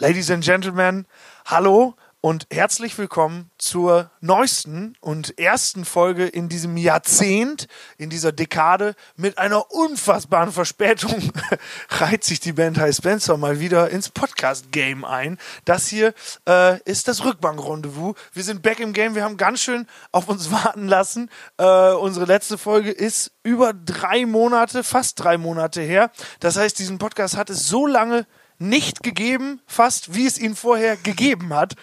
Ladies and Gentlemen, hallo und herzlich willkommen zur neuesten und ersten Folge in diesem Jahrzehnt, in dieser Dekade. Mit einer unfassbaren Verspätung reiht sich die Band Hi Spencer mal wieder ins Podcast-Game ein. Das hier ist das Rückbank-Rendezvous. Wir sind back im Game, wir haben ganz schön auf uns warten lassen. Unsere letzte Folge ist über 3 Monate, fast 3 Monate her. Das heißt, diesen Podcast hat es so lange nicht gegeben, fast wie es ihn vorher gegeben hat.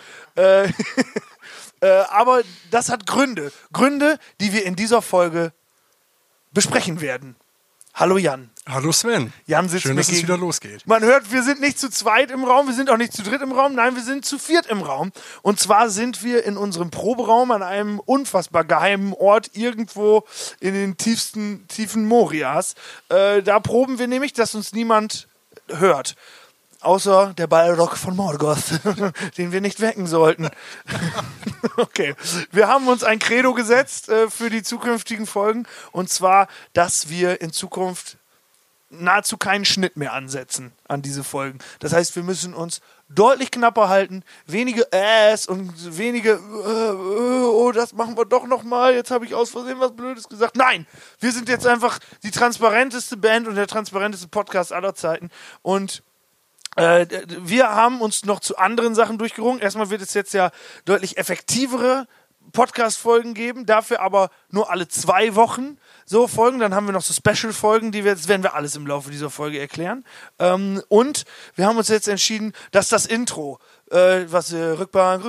Aber das hat Gründe. Gründe, die wir in dieser Folge besprechen werden. Hallo Jan. Hallo Sven. Jan sitzt Schön, mir dass es wieder losgeht. Man hört, wir sind nicht zu zweit im Raum, wir sind auch nicht zu dritt im Raum, nein, wir sind zu viert im Raum. Und zwar sind wir in unserem Proberaum an einem unfassbar geheimen Ort irgendwo in den tiefen Morias. Da proben wir nämlich, dass uns niemand hört. Außer der Balrog von Morgoth, den wir nicht wecken sollten. Okay, wir haben uns ein Credo gesetzt für die zukünftigen Folgen. Und zwar, dass wir in Zukunft nahezu keinen Schnitt mehr ansetzen an diese Folgen. Das heißt, wir müssen uns deutlich knapper halten, wenige und wenige oh, das machen wir doch nochmal, jetzt habe ich aus Versehen was Blödes gesagt. Nein, wir sind jetzt einfach die transparenteste Band und der transparenteste Podcast aller Zeiten. Und wir haben uns noch zu anderen Sachen durchgerungen. Erstmal wird es jetzt ja deutlich effektivere Podcast-Folgen geben, dafür aber nur alle 2 Wochen so Folgen. Dann haben wir noch so Special-Folgen, das werden wir alles im Laufe dieser Folge erklären. Und wir haben uns jetzt entschieden, dass das Intro, Rückbank,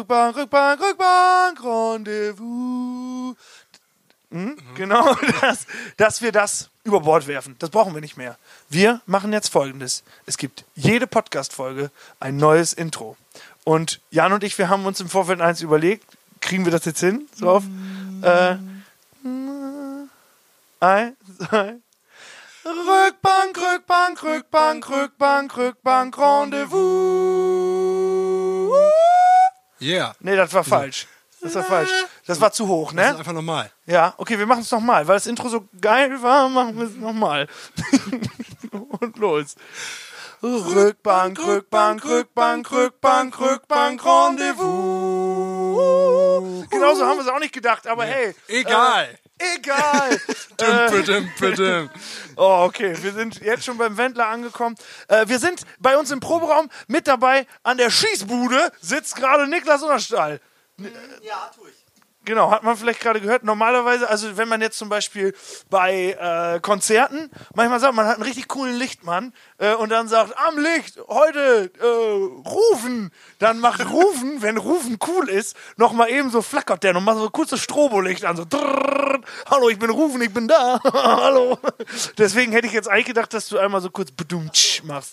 Rendezvous, genau, dass wir das über Bord werfen. Das brauchen wir nicht mehr. Wir machen jetzt Folgendes. Es gibt jede Podcast-Folge ein neues Intro. Und Jan und ich, wir haben uns im Vorfeld eins überlegt. Kriegen wir das jetzt hin? So auf. 1, 2. Rückbank, Rendezvous. Yeah. Nee, das war falsch. Das war falsch. Das war zu hoch, ne? Das ist einfach normal. Ja, okay, wir machen es nochmal. Weil das Intro so geil war, machen wir es nochmal. Und los. Rückbank, Rendezvous. Genauso haben wir es auch nicht gedacht, aber hey. Egal. Egal. Oh, okay. Wir sind jetzt schon beim Wendler angekommen. Wir sind bei uns im Proberaum mit dabei. An der Schießbude sitzt gerade Niklas Unterstall. Ja, tue ich. Genau, hat man vielleicht gerade gehört. Normalerweise, also wenn man jetzt zum Beispiel bei Konzerten, manchmal sagt man, hat einen richtig coolen Lichtmann und dann sagt, am Licht, heute rufen. Dann macht Rufen, wenn Rufen cool ist, nochmal eben so flackert der und macht so kurzes Strobolicht an. So, drrrr, hallo, ich bin Rufen, ich bin da. Hallo. Deswegen hätte ich jetzt eigentlich gedacht, dass du einmal so kurz bedumtsch machst.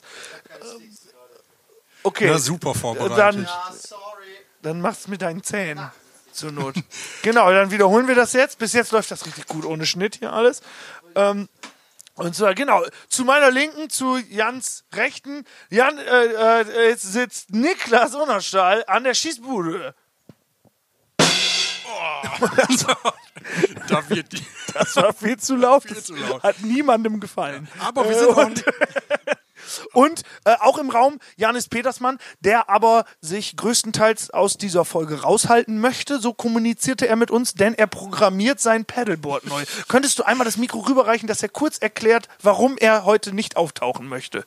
Okay. Na, super vorbereitet. Dann mach's mit deinen Zähnen. Zur Not. Genau, dann wiederholen wir das jetzt. Bis jetzt läuft das richtig gut ohne Schnitt hier alles. Und zwar, genau, zu meiner Linken, zu Jans Rechten. Jan, jetzt sitzt Niklas Unterstall an der Schießbude. Das war viel zu laut. Hat niemandem gefallen. Aber wir sind auch nicht... Und auch im Raum Janis Petersmann, der aber sich größtenteils aus dieser Folge raushalten möchte. So kommunizierte er mit uns, denn er programmiert sein Paddleboard neu. Könntest du einmal das Mikro rüberreichen, dass er kurz erklärt, warum er heute nicht auftauchen möchte?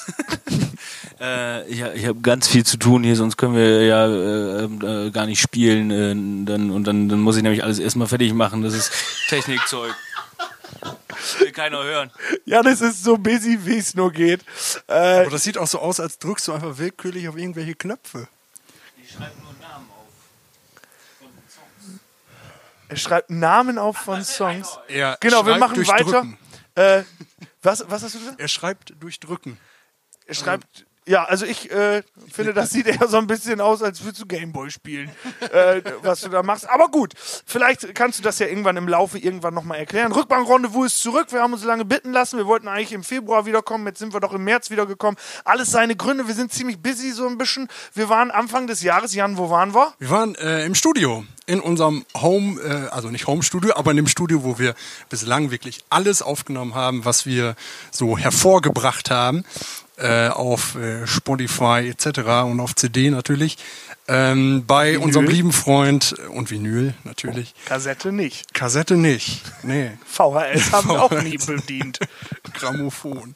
Ich habe ganz viel zu tun hier, sonst können wir ja gar nicht spielen. Dann muss ich nämlich alles erstmal fertig machen. Das ist Technikzeug. Will keiner hören. Ja, das ist so busy, wie es nur geht. Aber das sieht auch so aus, als drückst du einfach willkürlich auf irgendwelche Knöpfe. Ich schreibe nur Namen auf von Songs. Er schreibt Namen auf von Songs. Er Genau, wir machen durch weiter. Drücken. Was hast du gesagt? Er schreibt durch Drücken. Er schreibt... Ja, also ich finde, das sieht eher so ein bisschen aus, als würdest du Gameboy spielen, was du da machst. Aber gut, vielleicht kannst du das ja irgendwann im Laufe nochmal erklären. Rückbank-Rendezvous ist zurück. Wir haben uns lange bitten lassen. Wir wollten eigentlich im Februar wiederkommen. Jetzt sind wir doch im März wiedergekommen. Alles seine Gründe. Wir sind ziemlich busy so ein bisschen. Wir waren Anfang des Jahres. Jan, wo waren wir? Wir waren im Studio. in unserem also nicht Home-Studio, aber in dem Studio, wo wir bislang wirklich alles aufgenommen haben, was wir so hervorgebracht haben, auf Spotify etc. und auf CD natürlich. Bei unserem lieben Freund und Vinyl natürlich. Kassette nicht. Kassette nicht. Nee. VHS haben wir auch nie bedient. Grammophon.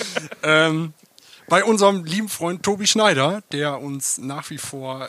Bei unserem lieben Freund Tobi Schneider, der uns nach wie vor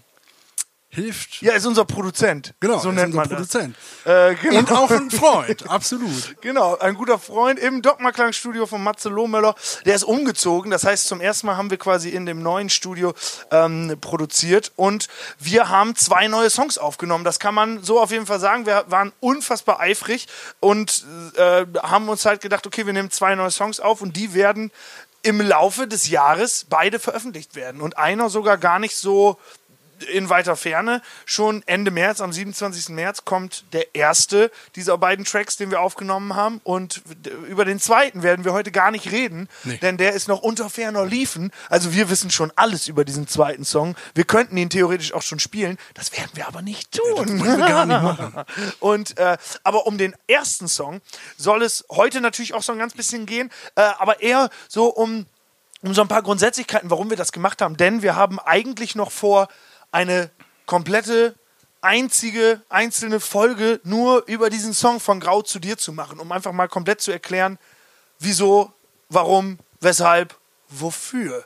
hilft. Ja, ist unser Produzent. Genau, so nennt man Produzent. Das. Genau. Und auch ein Freund, absolut. Genau, ein guter Freund im Dogma-Klang-Studio von Matze Lohmöller. Der ist umgezogen, das heißt, zum ersten Mal haben wir quasi in dem neuen Studio produziert und wir haben 2 neue Songs aufgenommen. Das kann man so auf jeden Fall sagen. Wir waren unfassbar eifrig und haben uns halt gedacht, okay, wir nehmen 2 neue Songs auf und die werden im Laufe des Jahres beide veröffentlicht werden. Und einer sogar gar nicht so in weiter Ferne. Schon Ende März, am 27. März, kommt der erste dieser beiden Tracks, den wir aufgenommen haben. Und über den zweiten werden wir heute gar nicht reden, denn der ist noch unter ferner Liefen. Also wir wissen schon alles über diesen zweiten Song. Wir könnten ihn theoretisch auch schon spielen. Das werden wir aber nicht tun. Das wollen wir gar nicht machen. Und, aber um den ersten Song soll es heute natürlich auch so ein ganz bisschen gehen, aber eher so um so ein paar Grundsätzlichkeiten, warum wir das gemacht haben. Denn wir haben eigentlich noch vor, eine komplette, einzelne Folge nur über diesen Song von Grau zu dir zu machen, um einfach mal komplett zu erklären, wieso, warum, weshalb, wofür.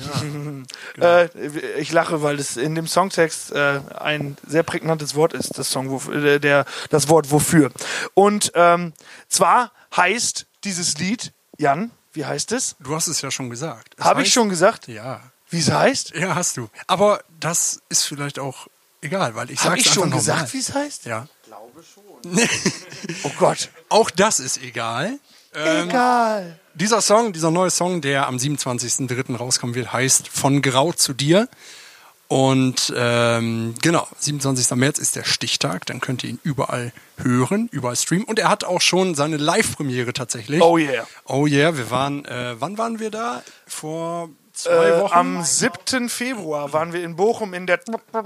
Ja, genau. Ich lache, weil es in dem Songtext ein sehr prägnantes Wort ist, das Wort wofür. Und zwar heißt dieses Lied, Jan, wie heißt es? Du hast es ja schon gesagt. Habe ich schon gesagt? Ja. Wie es heißt? Ja, hast du. Aber das ist vielleicht auch egal, weil ich sage es einfach schon nochmal. gesagt, wie es heißt? Ja. Ich glaube schon. Oh Gott. Auch das ist egal. Egal. Dieser neue Song, der am 27.03. rauskommen wird, heißt Von Grau zu dir. Und genau, 27. März ist der Stichtag, dann könnt ihr ihn überall hören, überall streamen. Und er hat auch schon seine Live-Premiere tatsächlich. Oh yeah. Oh yeah, wir waren, wann waren wir da? Vor 2 Wochen? Am 7. Februar waren wir in Bochum in der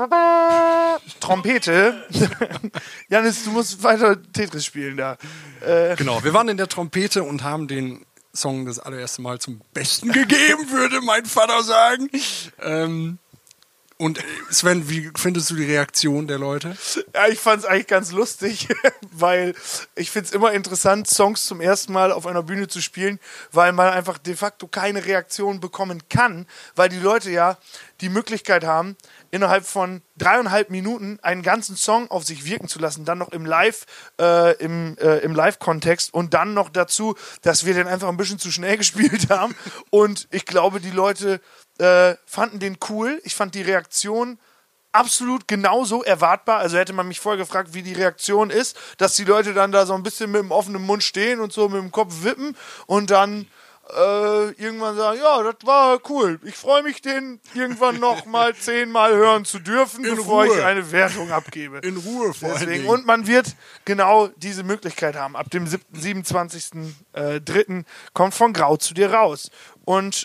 Trompete. Janis, du musst weiter Tetris spielen da. Genau, wir waren in der Trompete und haben den Song das allererste Mal zum Besten gegeben, würde mein Vater sagen. Und Sven, wie findest du die Reaktion der Leute? Ja, ich fand es eigentlich ganz lustig, weil ich finde es immer interessant, Songs zum ersten Mal auf einer Bühne zu spielen, weil man einfach de facto keine Reaktion bekommen kann, weil die Leute ja die Möglichkeit haben, innerhalb von 3,5 Minuten einen ganzen Song auf sich wirken zu lassen, dann noch im Live-Kontext und dann noch dazu, dass wir den einfach ein bisschen zu schnell gespielt haben. Und ich glaube, die Leute fanden den cool. Ich fand die Reaktion absolut genauso erwartbar. Also hätte man mich vorher gefragt, wie die Reaktion ist, dass die Leute dann da so ein bisschen mit dem offenen Mund stehen und so mit dem Kopf wippen und dann irgendwann sagen, ja, das war cool. Ich freue mich, den irgendwann noch mal 10-mal hören zu dürfen, bevor ich eine Wertung abgebe. In Ruhe vor allen Dingen. Und man wird genau diese Möglichkeit haben. Ab dem 27.03. kommt Von Grau zu dir raus. Und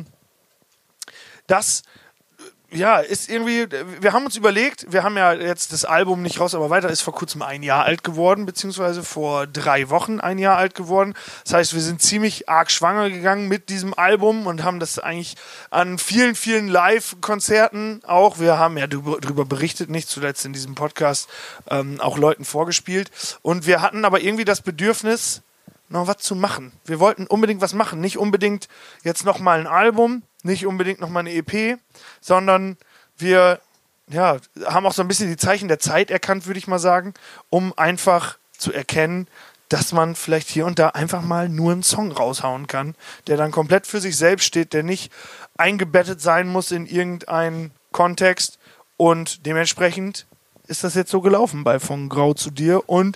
das ist irgendwie, wir haben uns überlegt, wir haben ja jetzt das Album nicht raus, aber weiter ist vor kurzem 1 Jahr alt geworden, beziehungsweise vor 3 Wochen 1 Jahr alt geworden. Das heißt, wir sind ziemlich arg schwanger gegangen mit diesem Album und haben das eigentlich an vielen, vielen Live-Konzerten auch, wir haben ja darüber berichtet, nicht zuletzt in diesem Podcast, auch Leuten vorgespielt. Und wir hatten aber irgendwie das Bedürfnis, noch was zu machen. Wir wollten unbedingt was machen, nicht unbedingt jetzt nochmal ein Album, nicht unbedingt nochmal eine EP, sondern wir haben auch so ein bisschen die Zeichen der Zeit erkannt, würde ich mal sagen, um einfach zu erkennen, dass man vielleicht hier und da einfach mal nur einen Song raushauen kann, der dann komplett für sich selbst steht, der nicht eingebettet sein muss in irgendeinen Kontext und dementsprechend ist das jetzt so gelaufen bei Von Grau zu dir und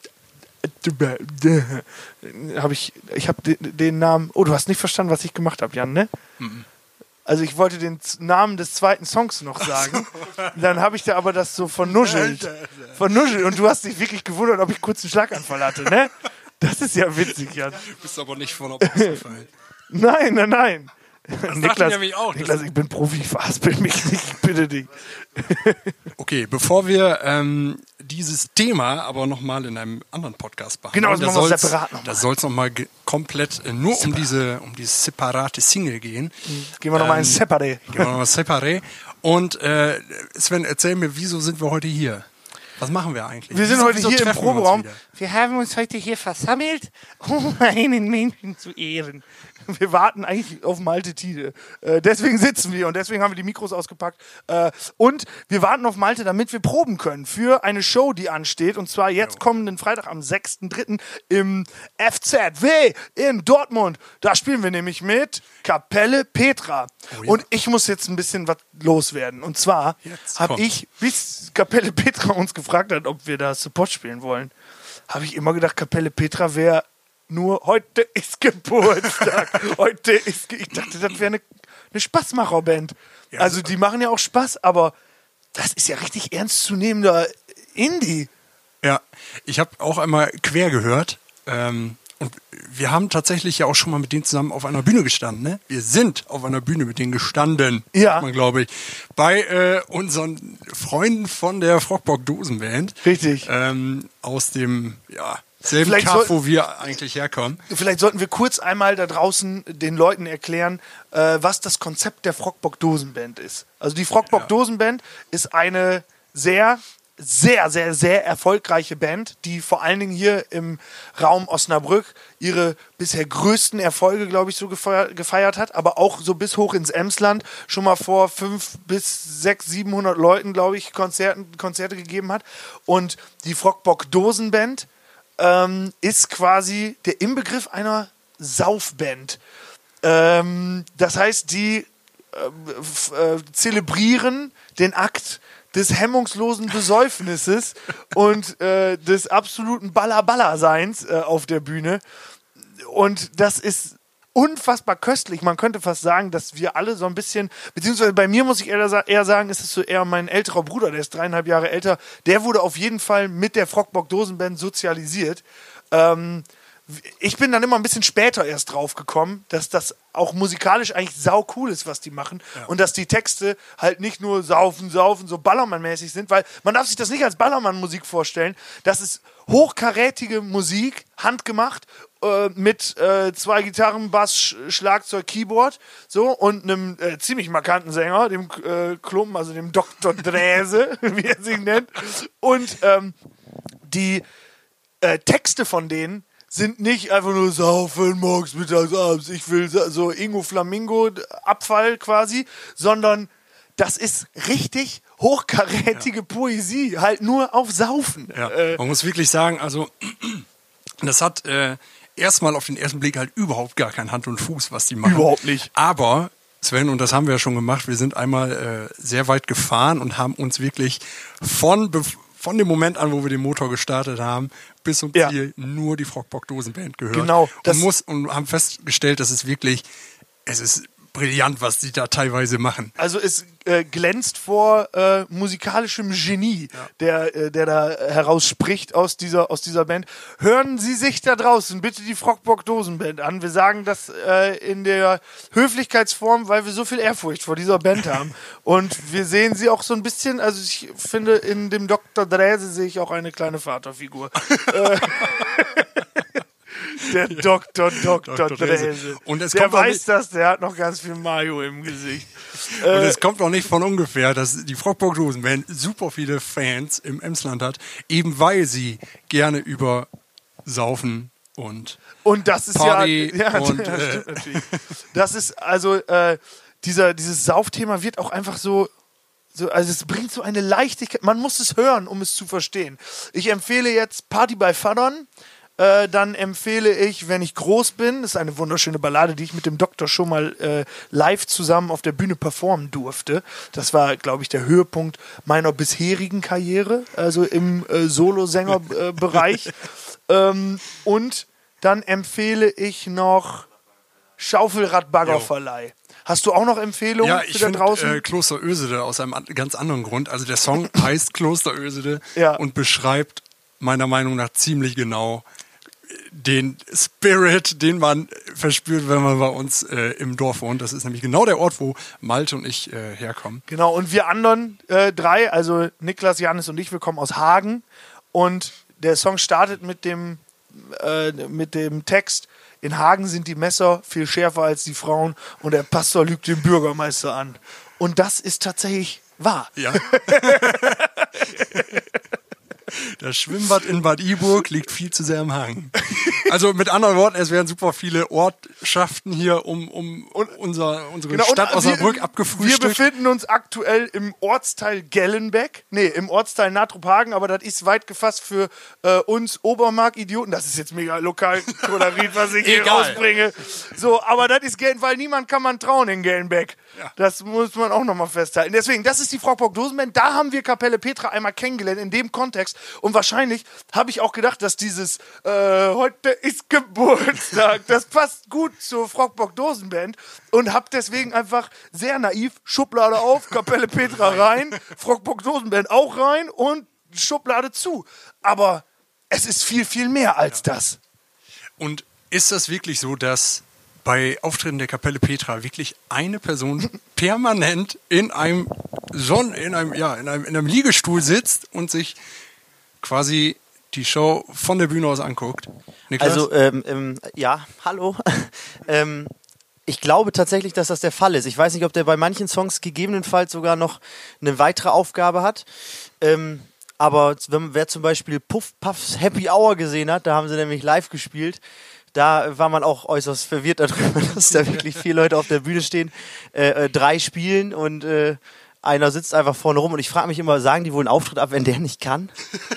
ich habe den Namen. Oh, du hast nicht verstanden, was ich gemacht habe, Jan, ne? Mhm. Also ich wollte den Namen des zweiten Songs noch sagen. Dann habe ich da aber das so vernuschelt. Und du hast dich wirklich gewundert, ob ich kurz einen Schlaganfall hatte, ne? Das ist ja witzig, Jan. Du bist aber nicht von der Box gefallen. Nein. Niklas, nämlich auch. Niklas, ich bin Profi, verhaspel mich nicht, ich bitte dich. Okay, bevor wir dieses Thema aber nochmal in einem anderen Podcast behandeln. Genau, das machen wir separat nochmal. Da soll es nochmal komplett nur um diese separate Single gehen. Gehen wir nochmal in Separé. Gehen wir nochmal Separé. Und Sven, erzähl mir, wieso sind wir heute hier? Was machen wir eigentlich? Wir sind heute hier im Proberaum. Wir haben uns heute hier versammelt, um einen Menschen zu ehren. Wir warten eigentlich auf Malte Tide. Deswegen sitzen wir und deswegen haben wir die Mikros ausgepackt. Und wir warten auf Malte, damit wir proben können für eine Show, die ansteht. Und zwar jetzt kommenden Freitag am 6.3. im FZW in Dortmund. Da spielen wir nämlich mit Kapelle Petra. Oh ja. Und ich muss jetzt ein bisschen was loswerden. Und zwar habe ich, bis Kapelle Petra uns gefragt hat, ob wir da Support spielen wollen, habe ich immer gedacht, Kapelle Petra wäre nur, heute ist Geburtstag. Ich dachte, das wäre eine Spaßmacherband. Ja, also die machen ja auch Spaß, aber das ist ja richtig ernstzunehmender Indie. Ja, ich habe auch einmal quer gehört. Und wir haben tatsächlich ja auch schon mal mit denen zusammen auf einer Bühne gestanden. Ne? Wir sind auf einer Bühne mit denen gestanden, ja, glaube ich. Bei unseren Freunden von der Frockbock Dosenband. Richtig. Aus dem, selben Kaff, wo wir eigentlich herkommen. Vielleicht sollten wir kurz einmal da draußen den Leuten erklären, was das Konzept der Frockbock Dosenband ist. Also die Frockbock Dosenband ist eine sehr erfolgreiche Band, die vor allen Dingen hier im Raum Osnabrück ihre bisher größten Erfolge, glaube ich, so gefeiert hat, aber auch so bis hoch ins Emsland schon mal vor 500 bis 600, 700 Leuten, glaube ich, Konzerte gegeben hat. Und die Frockbock Dosenband ist quasi der Inbegriff einer Saufband. Das heißt, die zelebrieren den Akt des hemmungslosen Besäufnisses und des absoluten Balla-Balla-Seins auf der Bühne. Und das ist unfassbar köstlich. Man könnte fast sagen, dass wir alle so ein bisschen, beziehungsweise bei mir muss ich eher sagen, ist es so eher mein älterer Bruder, der ist 3,5 Jahre älter, der wurde auf jeden Fall mit der Frockbock Dosenband sozialisiert. Ich bin dann immer ein bisschen später erst drauf gekommen, dass das auch musikalisch eigentlich sau cool ist, was die machen. Ja. Und dass die Texte halt nicht nur saufen, so Ballermann-mäßig sind, weil man darf sich das nicht als Ballermann-Musik vorstellen. Das ist hochkarätige Musik, handgemacht, mit 2 Gitarren, Bass, Schlagzeug, Keyboard, so, und einem ziemlich markanten Sänger, dem Klumpen, also dem Dr. Dräse, wie er sich nennt. Und die Texte von denen sind nicht einfach nur saufen, morgens, mittags, abends, ich will so Ingo Flamingo Abfall quasi, sondern das ist richtig hochkarätige Poesie, halt nur auf Saufen. Ja. Man muss wirklich sagen, also das hat erstmal auf den ersten Blick halt überhaupt gar kein Hand und Fuß, was die machen. Überhaupt nicht. Aber Sven, und das haben wir ja schon gemacht, wir sind einmal sehr weit gefahren und haben uns wirklich von dem Moment an, wo wir den Motor gestartet haben, bis zum Ziel nur die Frockbock Dosenband gehört. Genau. Und haben festgestellt, dass es ist brillant, was die da teilweise machen. Also es glänzt vor musikalischem Genie, der da herausspricht aus dieser Band. Hören Sie sich da draußen bitte die Frockbock Dosenband an. Wir sagen das in der Höflichkeitsform, weil wir so viel Ehrfurcht vor dieser Band haben. Und wir sehen sie auch so ein bisschen, also ich finde, in dem Dr. Dräse sehe ich auch eine kleine Vaterfigur. Der Dr. Dräse. Und es der weiß das, der hat noch ganz viel Mayo im Gesicht. Und es kommt auch nicht von ungefähr, dass die Frockbock Dosenband super viele Fans im Emsland hat, eben weil sie gerne über Saufen und das ist Party stimmt natürlich. Das ist also dieses Saufthema wird auch einfach so, also es bringt so eine Leichtigkeit. Man muss es hören, um es zu verstehen. Ich empfehle jetzt Party bei Fadern. Dann empfehle ich, wenn ich groß bin, das ist eine wunderschöne Ballade, die ich mit dem Doktor schon mal live zusammen auf der Bühne performen durfte. Das war, glaube ich, der Höhepunkt meiner bisherigen Karriere, also im Solosängerbereich. Und dann empfehle ich noch Schaufelrad-Baggerverleih. Hast du auch noch Empfehlungen für da draußen? Ja, ich finde Kloster Ösede aus einem ganz anderen Grund. Also der Song heißt Kloster Ösede und beschreibt meiner Meinung nach ziemlich genau den Spirit, den man verspürt, wenn man bei uns im Dorf wohnt. Das ist nämlich genau der Ort, wo Malte und ich herkommen. Genau, und wir anderen drei, also Niklas, Janis und ich, wir kommen aus Hagen. Und der Song startet mit dem Text: In Hagen sind die Messer viel schärfer als die Frauen und der Pastor lügt den Bürgermeister an. Und das ist tatsächlich wahr. Ja. Das Schwimmbad in Bad Iburg liegt viel zu sehr im Hang. Also mit anderen Worten, es werden super viele Ortschaften hier um unsere Stadt Osnabrück abgefrühstückt. Wir befinden uns aktuell im Ortsteil Gellenbeck. Nee, im Ortsteil Natruphagen, aber das ist weit gefasst für uns Obermark-Idioten. Das ist jetzt mega Lokalkolorit, was ich hier rausbringe. So, aber das ist weil niemand kann man trauen in Gellenbeck. Ja. Das muss man auch nochmal festhalten. Deswegen, das ist die Frockbock-Dosenband. Da haben wir Kapelle Petra einmal kennengelernt, in dem Kontext. Und wahrscheinlich habe ich auch gedacht, dass dieses heute ist Geburtstag, das passt gut zur Frockbock-Dosenband. Und habe deswegen einfach sehr naiv Schublade auf, Kapelle Petra rein, Frockbock-Dosenband auch rein und Schublade zu. Aber es ist viel, viel mehr als das. Und ist das wirklich so, dass bei Auftritten der Kapelle Petra wirklich eine Person permanent in einem Liegestuhl sitzt und sich quasi die Show von der Bühne aus anguckt? Niklas? Also, ja, hallo. Ich glaube tatsächlich, dass das der Fall ist. Ich weiß nicht, ob der bei manchen Songs gegebenenfalls sogar noch eine weitere Aufgabe hat. Aber wer zum Beispiel Puff Puffs Happy Hour gesehen hat, da haben sie nämlich live gespielt. Da war man auch äußerst verwirrt darüber, dass da wirklich 4 Leute auf der Bühne stehen, 3 spielen und einer sitzt einfach vorne rum. Und ich frage mich immer, sagen die wohl einen Auftritt ab, wenn der nicht kann?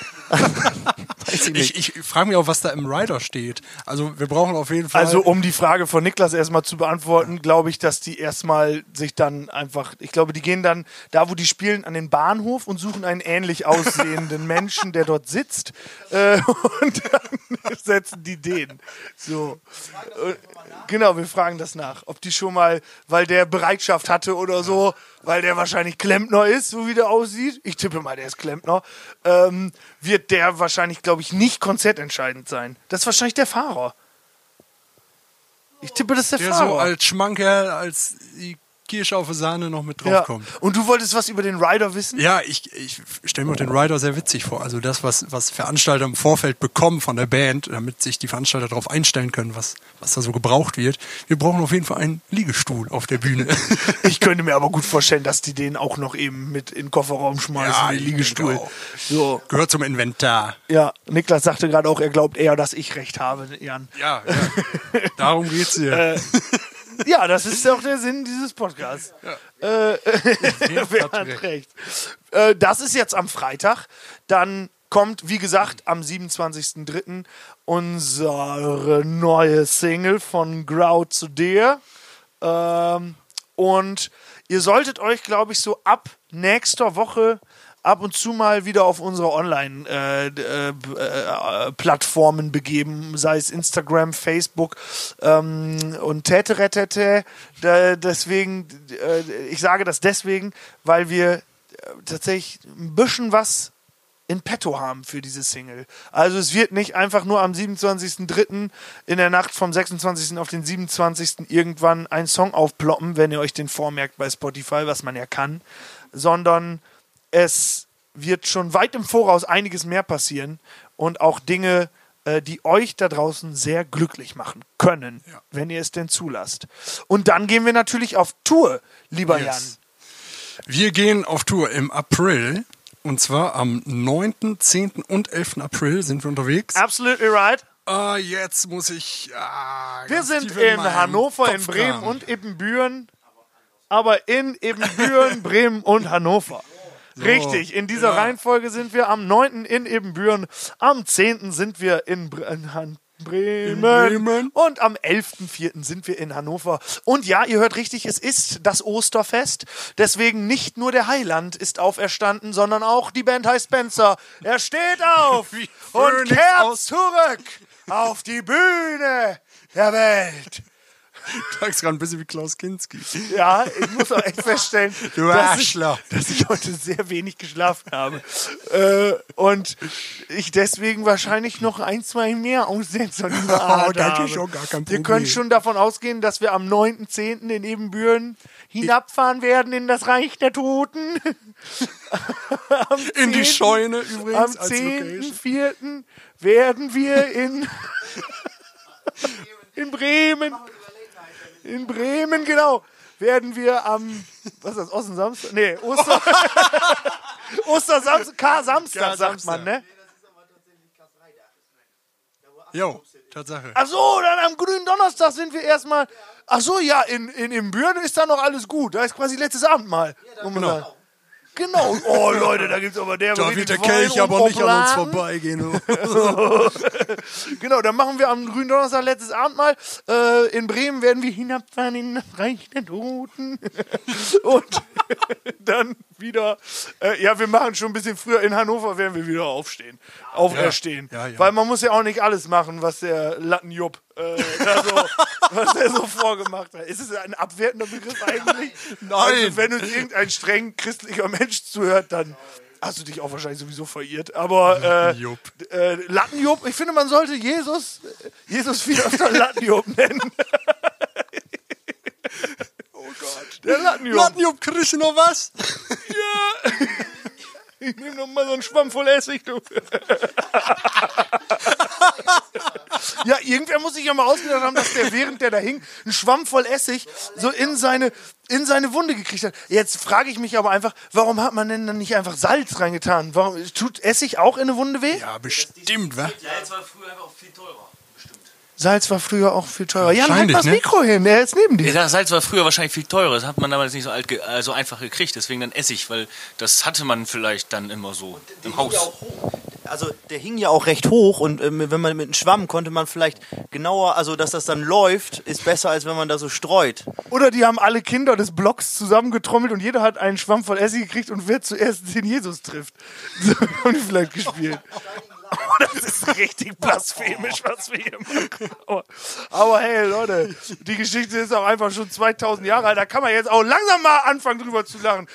Ich frage mich auch, was da im Rider steht. Also wir brauchen auf jeden Fall... Also um die Frage von Niklas erstmal zu beantworten, glaube ich, dass die erstmal sich dann einfach... Ich glaube, die gehen dann da, wo die spielen, an den Bahnhof und suchen einen ähnlich aussehenden Menschen, der dort sitzt. Und dann setzen die den. So. Genau, wir fragen das nach. Ob die schon mal, weil der Bereitschaft hatte oder so, weil der wahrscheinlich Klempner ist, so wie der aussieht. Ich tippe mal, der ist Klempner. Wird der wahrscheinlich, glaube ich, nicht konzertentscheidend sein. Das ist wahrscheinlich der Fahrer. Ich tippe, das ist der Fahrer. Der so als Schmankerl, als die Kirsche auf der Sahne noch mit draufkommt. Ja. Und du wolltest was über den Rider wissen? Ja, ich stelle mir den Rider sehr witzig vor. Also das, was Veranstalter im Vorfeld bekommen von der Band, damit sich die Veranstalter darauf einstellen können, was da so gebraucht wird. Wir brauchen auf jeden Fall einen Liegestuhl auf der Bühne. Ich könnte mir aber gut vorstellen, dass die den auch noch eben mit in den Kofferraum schmeißen, ja, den Liegestuhl. So. Gehört zum Inventar. Ja, Niklas sagte gerade auch, er glaubt eher, dass ich recht habe, Jan. Ja. Darum geht's hier. Ja, das ist auch der Sinn dieses Podcasts. Ja. Wer hat recht? Das ist jetzt am Freitag. Dann kommt, wie gesagt, am 27.03. unsere neue Single von Grout zu dir. Und ihr solltet euch, glaube ich, so ab nächster Woche ab und zu mal wieder auf unsere Online-Plattformen begeben, sei es Instagram, Facebook und Täteretete. Deswegen, ich sage das deswegen, weil wir tatsächlich ein bisschen was in petto haben für diese Single. Also es wird nicht einfach nur am 27.03. in der Nacht vom 26. auf den 27. irgendwann ein Song aufploppen, wenn ihr euch den vormerkt bei Spotify, was man ja kann, sondern es wird schon weit im Voraus einiges mehr passieren und auch Dinge, die euch da draußen sehr glücklich machen können, wenn ihr es denn zulasst. Und dann gehen wir natürlich auf Tour, lieber Jan. Wir gehen auf Tour im April. Und zwar am 9., 10. und 11. April sind wir unterwegs. Absolutely right. Jetzt muss ich... wir sind in Hannover, in Bremen und Ibbenbüren. Aber in Ibbenbüren, Bremen und Hannover. So, richtig, in dieser Reihenfolge sind wir am 9. in Ibbenbüren, am 10. sind wir in Bremen und am 11.04. sind wir in Hannover. Und ja, ihr hört richtig, es ist das Osterfest. Deswegen nicht nur der Heiland ist auferstanden, sondern auch die Band heißt Spencer. Er steht auf und kehrt zurück auf die Bühne der Welt. Du sagst gerade ein bisschen wie Klaus Kinski. Ja, ich muss auch echt feststellen, Du dass ich Arschloch. heute sehr wenig geschlafen habe. Und ich deswegen wahrscheinlich noch 1, 2 mehr Aussetzer dieser Art das ist habe. schon gar kein Wir Problem. können schon davon ausgehen, dass wir am 9.10. in Ebenbüren hinabfahren werden in das Reich der Toten. In die 10. Scheune Am übrigens als Location. 10.4. werden wir in Bremen, genau, werden wir am, was ist das, Ostersamstag? Nee, Ostersamstag, Samstag sagt man, ne? Jo, Tatsache. Ach so, dann am grünen Donnerstag sind wir erstmal, ach so, ja, in Büren ist da noch alles gut, da ist quasi letztes Abendmahl. Genau. Genau, oh Leute, da gibt's aber Da wird der Kelch aber nicht an uns vorbeigehen. Genau, dann machen wir am grünen Donnerstag letztes Abendmahl. In Bremen werden wir hinabfahren in das Reich der Toten. Und dann wieder, ja, wir machen schon ein bisschen früher. In Hannover werden wir wieder auferstehen. Ja. Weil man muss ja auch nicht alles machen, was der Lattenjupp was der so vorgemacht hat. Ist es ein abwertender Begriff eigentlich? Nein. Also, wenn uns irgendein streng christlicher Mensch zuhört, dann hast du dich auch wahrscheinlich sowieso verirrt. Aber Lattenjupp, ich finde, man sollte Jesus viel öfter Lattenjupp nennen. Oh Gott. Der Lattenjupp. Lattenjupp, kriegst du noch was? Ja. Ich nehme noch mal so einen Schwamm voll Essig, du. Ja, irgendwer muss sich ja mal ausgedacht haben, dass der, während der da hing, einen Schwamm voll Essig so in seine Wunde gekriegt hat. Jetzt frage ich mich aber einfach, warum hat man denn dann nicht einfach Salz reingetan? Warum tut Essig auch in eine Wunde weh? Ja, bestimmt, wa? Salz war früher einfach viel teurer. Salz war früher auch viel teurer. Jan, halt Wahrscheinlich, mal das ne? Mikro hin, der ist neben dir. Ja, Salz war früher wahrscheinlich viel teurer. Das hat man damals nicht so einfach gekriegt. Deswegen dann Essig, weil das hatte man vielleicht dann immer so im Haus. Also der hing ja auch recht hoch und wenn man mit einem Schwamm konnte man vielleicht genauer, also dass das dann läuft, ist besser, als wenn man da so streut. Oder die haben alle Kinder des Blocks zusammengetrommelt und jeder hat einen Schwamm voll Essig gekriegt und wer zuerst den Jesus trifft. So haben die vielleicht gespielt. Oh, das ist richtig blasphemisch, was wir hier machen. Aber hey, Leute, die Geschichte ist auch einfach schon 2000 Jahre alt. Da kann man jetzt auch langsam mal anfangen, drüber zu lachen.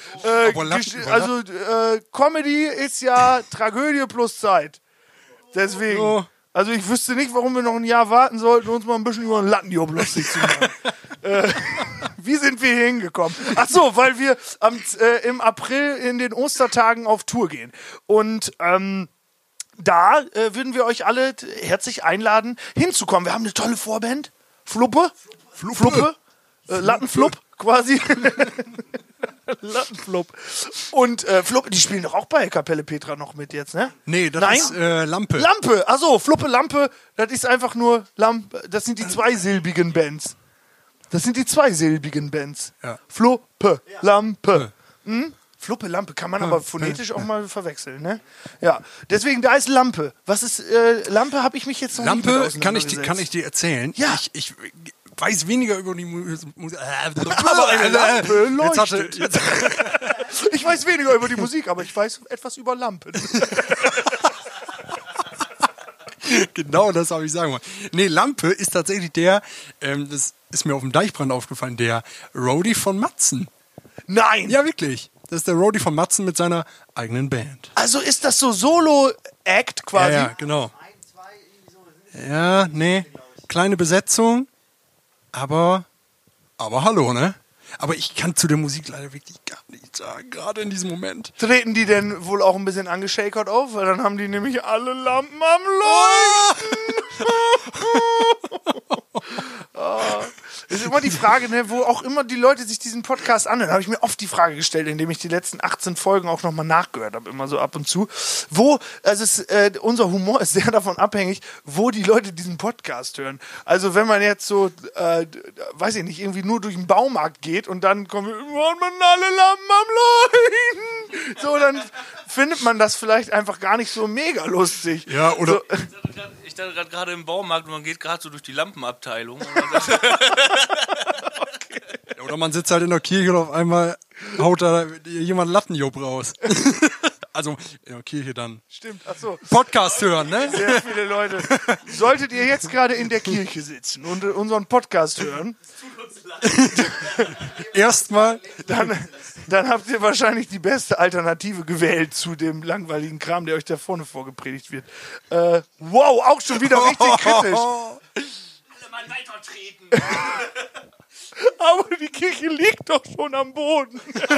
Comedy ist ja Tragödie plus Zeit. Deswegen. Oh. Also ich wüsste nicht, warum wir noch ein Jahr warten sollten, uns mal ein bisschen über einen Lattenjob lustig zu machen. Wie sind wir hier hingekommen? Ach so, weil wir im April in den Ostertagen auf Tour gehen. Und da würden wir euch alle herzlich einladen, hinzukommen. Wir haben eine tolle Vorband. Fluppe. Lattenflupp quasi. Lattenflupp. Und Fluppe, die spielen doch auch bei Kapelle Petra noch mit jetzt, ne? Nee, das Nein? ist Lampe. Lampe, achso, Fluppe, Lampe, das ist einfach nur Lampe, das sind die zweisilbigen Bands. Ja. Fluppe, Lampe. Hm? Fluppe, Lampe, kann man aber phonetisch auch mal verwechseln, ne? Ja, deswegen, da ist Lampe. Was ist, Lampe habe ich mich jetzt noch nicht mit Lampe auseinandergesetzt. kann ich dir erzählen. Ja. Ich weiß weniger über die Musik. Aber eine Lampe leuchtet. Jetzt Ich weiß weniger über die Musik, aber ich weiß etwas über Lampen. genau das habe ich sagen wollen. Nee, Lampe ist tatsächlich der, das ist mir auf dem Deichbrand aufgefallen, der Roadie von Matzen. Nein! Ja, wirklich. Das ist der Roadie von Matzen mit seiner eigenen Band. Also ist das so Solo-Act quasi? Ja, genau. Ja, nee. Kleine Besetzung, aber hallo, ne? Aber ich kann zu der Musik leider wirklich gar nichts sagen, gerade in diesem Moment. Treten die denn wohl auch ein bisschen angeschakert auf? Weil dann haben die nämlich alle Lampen am Leuchten. Ist immer die Frage, ne, wo auch immer die Leute sich diesen Podcast anhören, habe ich mir oft die Frage gestellt, indem ich die letzten 18 Folgen auch nochmal nachgehört habe, immer so ab und zu. Unser Humor ist sehr davon abhängig, wo die Leute diesen Podcast hören. Also wenn man jetzt so, weiß ich nicht, irgendwie nur durch den Baumarkt geht und dann kommen wir, hat man alle Lampen am Leuchten. So, dann findet man das vielleicht einfach gar nicht so mega lustig. Ja, oder... So, Ich dachte gerade im Baumarkt und man geht gerade so durch die Lampenabteilung. Oder man sitzt halt in der Kirche und auf einmal haut da jemand Lattenjob raus. Also in der Kirche dann Stimmt, achso. Podcast hören, ne? Sehr viele Leute. Solltet ihr jetzt gerade in der Kirche sitzen und unseren Podcast hören, Erstmal. dann habt ihr wahrscheinlich die beste Alternative gewählt zu dem langweiligen Kram, der euch da vorne vorgepredigt wird. Wow, auch schon wieder richtig kritisch. Alle mal weiter treten. Aber die Kirche liegt doch schon am Boden.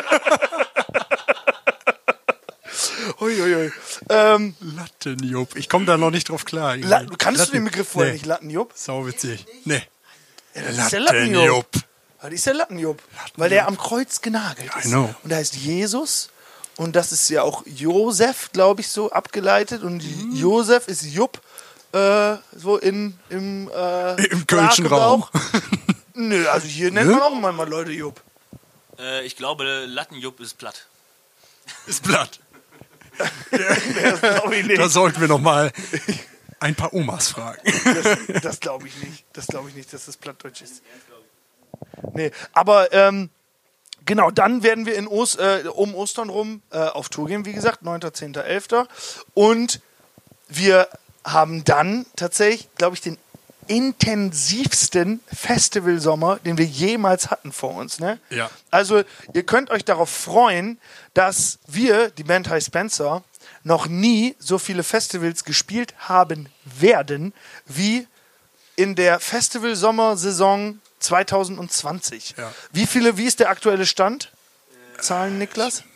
Uiuiui. Lattenjupp. Ich komme da noch nicht drauf klar. Kannst du den Begriff vorher nicht, Lattenjupp? Sauwitzig. Nee. Das ist der Lattenjupp. Das ist der Lattenjupp. Weil der am Kreuz genagelt ist. I know. Und da heißt Jesus. Und das ist ja auch Josef, glaube ich, so abgeleitet. Und Josef ist Jupp. So im kölschen Raum. Nö, also hier nennt man auch manchmal Leute Jupp. Ich glaube, Lattenjupp ist platt. Ist platt. Das glaube ich nicht. Da sollten wir noch mal ein paar Omas fragen. Das glaube ich nicht. Das glaube ich nicht, dass das Plattdeutsch ist. Nee, aber genau, dann werden wir um Ostern rum auf Tour gehen, wie gesagt, 9., 10., 11. Und wir haben dann tatsächlich, glaube ich, den intensivsten Festivalsommer, den wir jemals hatten vor uns. Ne? Ja. Also ihr könnt euch darauf freuen, dass wir, die Band High Spencer, noch nie so viele Festivals gespielt haben werden, wie in der Festivalsommersaison 2020. Ja. Wie ist der aktuelle Stand? Zahlen, Niklas?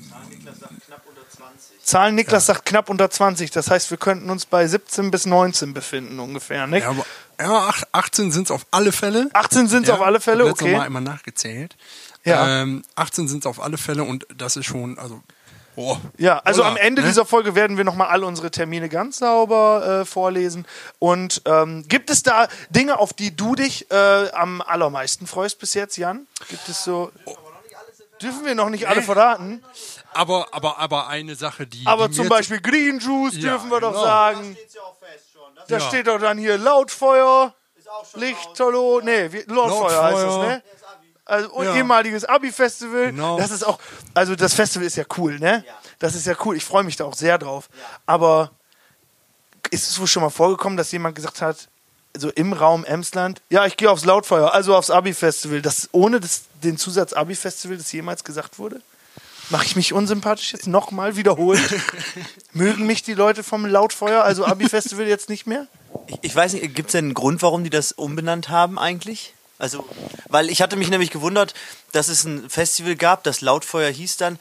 Zahlen, Niklas sagt knapp unter 20. Das heißt, wir könnten uns bei 17 bis 19 befinden ungefähr. Nicht? Ja, aber 18 sind es auf alle Fälle. 18 sind es auf alle Fälle, Ich habe okay. mal einmal nachgezählt. Ja. 18 sind es auf alle Fälle und das ist schon, also... Oh, Ja, also Holla, am Ende ne? dieser Folge werden wir nochmal alle unsere Termine ganz sauber vorlesen. Und gibt es da Dinge, auf die du dich am allermeisten freust bis jetzt, Jan? Gibt es so... Dürfen wir noch nicht alle verraten? Aber eine Sache, die... Aber die zum mir Beispiel Green Juice Ja, dürfen wir doch genau. sagen. Da Ja. steht doch dann hier Lautfeuer, Lichterloh, Lautfeuer heißt es, ne? Also Ja. ehemaliges Abi-Festival. Genau. Das ist auch, also das Festival ist ja cool, ne? Das ist ja cool. Ich freue mich da auch sehr drauf. Aber ist es wohl schon mal vorgekommen, dass jemand gesagt hat, so im Raum Emsland, ja, ich gehe aufs Lautfeuer, also aufs Abi-Festival, ohne den Zusatz Abi-Festival, das jemals gesagt wurde? Mache ich mich unsympathisch jetzt nochmal wiederholt? Mögen mich die Leute vom Lautfeuer, also Abi-Festival, jetzt nicht mehr? Ich weiß nicht, gibt es denn einen Grund, warum die das umbenannt haben eigentlich? Also, weil ich hatte mich nämlich gewundert, dass es ein Festival gab, das Lautfeuer hieß dann,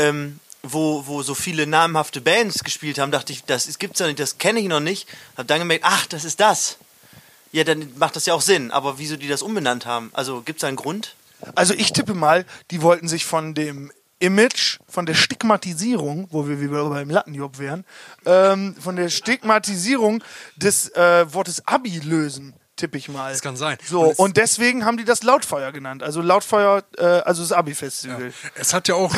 wo so viele namhafte Bands gespielt haben. Dachte ich, das gibt's ja nicht, das kenne ich noch nicht. Hab dann gemerkt, ach, das ist das. Ja, dann macht das ja auch Sinn. Aber wieso die das umbenannt haben? Also, gibt's da einen Grund? Also ich tippe mal, die wollten sich von dem Image, von der Stigmatisierung, wo wir wieder beim Lattenjob wären, von der Stigmatisierung des Wortes Abi lösen, tippe ich mal. Das kann sein. So, und deswegen haben die das Lautfeuer genannt. Also Lautfeuer, also das Abi-Festival. Es hat ja auch...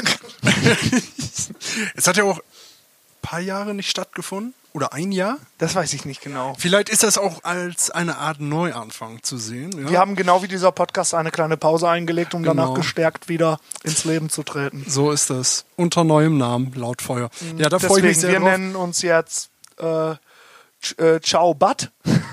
es hat ja auch ein paar Jahre nicht stattgefunden. Oder ein Jahr. Das weiß ich nicht genau. Vielleicht ist das auch als eine Art Neuanfang zu sehen. Ja? Wir haben genau wie dieser Podcast eine kleine Pause eingelegt, um danach Genau. gestärkt wieder ins Leben zu treten. So ist das. Unter neuem Namen, Lautfeuer. Ja, da freue ich mich Deswegen, sehr wir drauf. nennen uns jetzt Ciao Bud.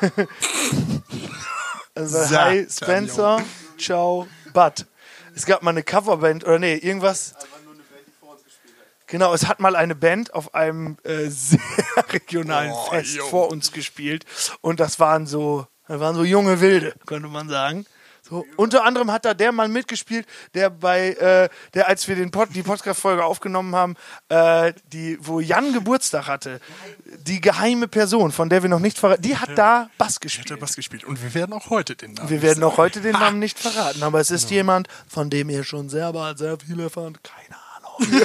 Also So, Hi Spencer, Ciao Bud. Es gab mal eine Coverband, oder nee, irgendwas. Genau, es hat mal eine Band auf einem sehr regionalen Fest vor uns gespielt. Und das waren so junge Wilde, könnte man sagen. So, unter anderem hat da der Mann mitgespielt, der als wir die Podcast-Folge aufgenommen haben, wo Jan Geburtstag hatte, die geheime Person, von der wir noch nicht verraten, die hat da Bass gespielt. Hat er Bass gespielt. Und wir werden auch heute den Namen Wir werden auch heute den Namen nicht verraten, aber es ist jemand, von dem ihr schon sehr viel erfahren. Keine Ahnung.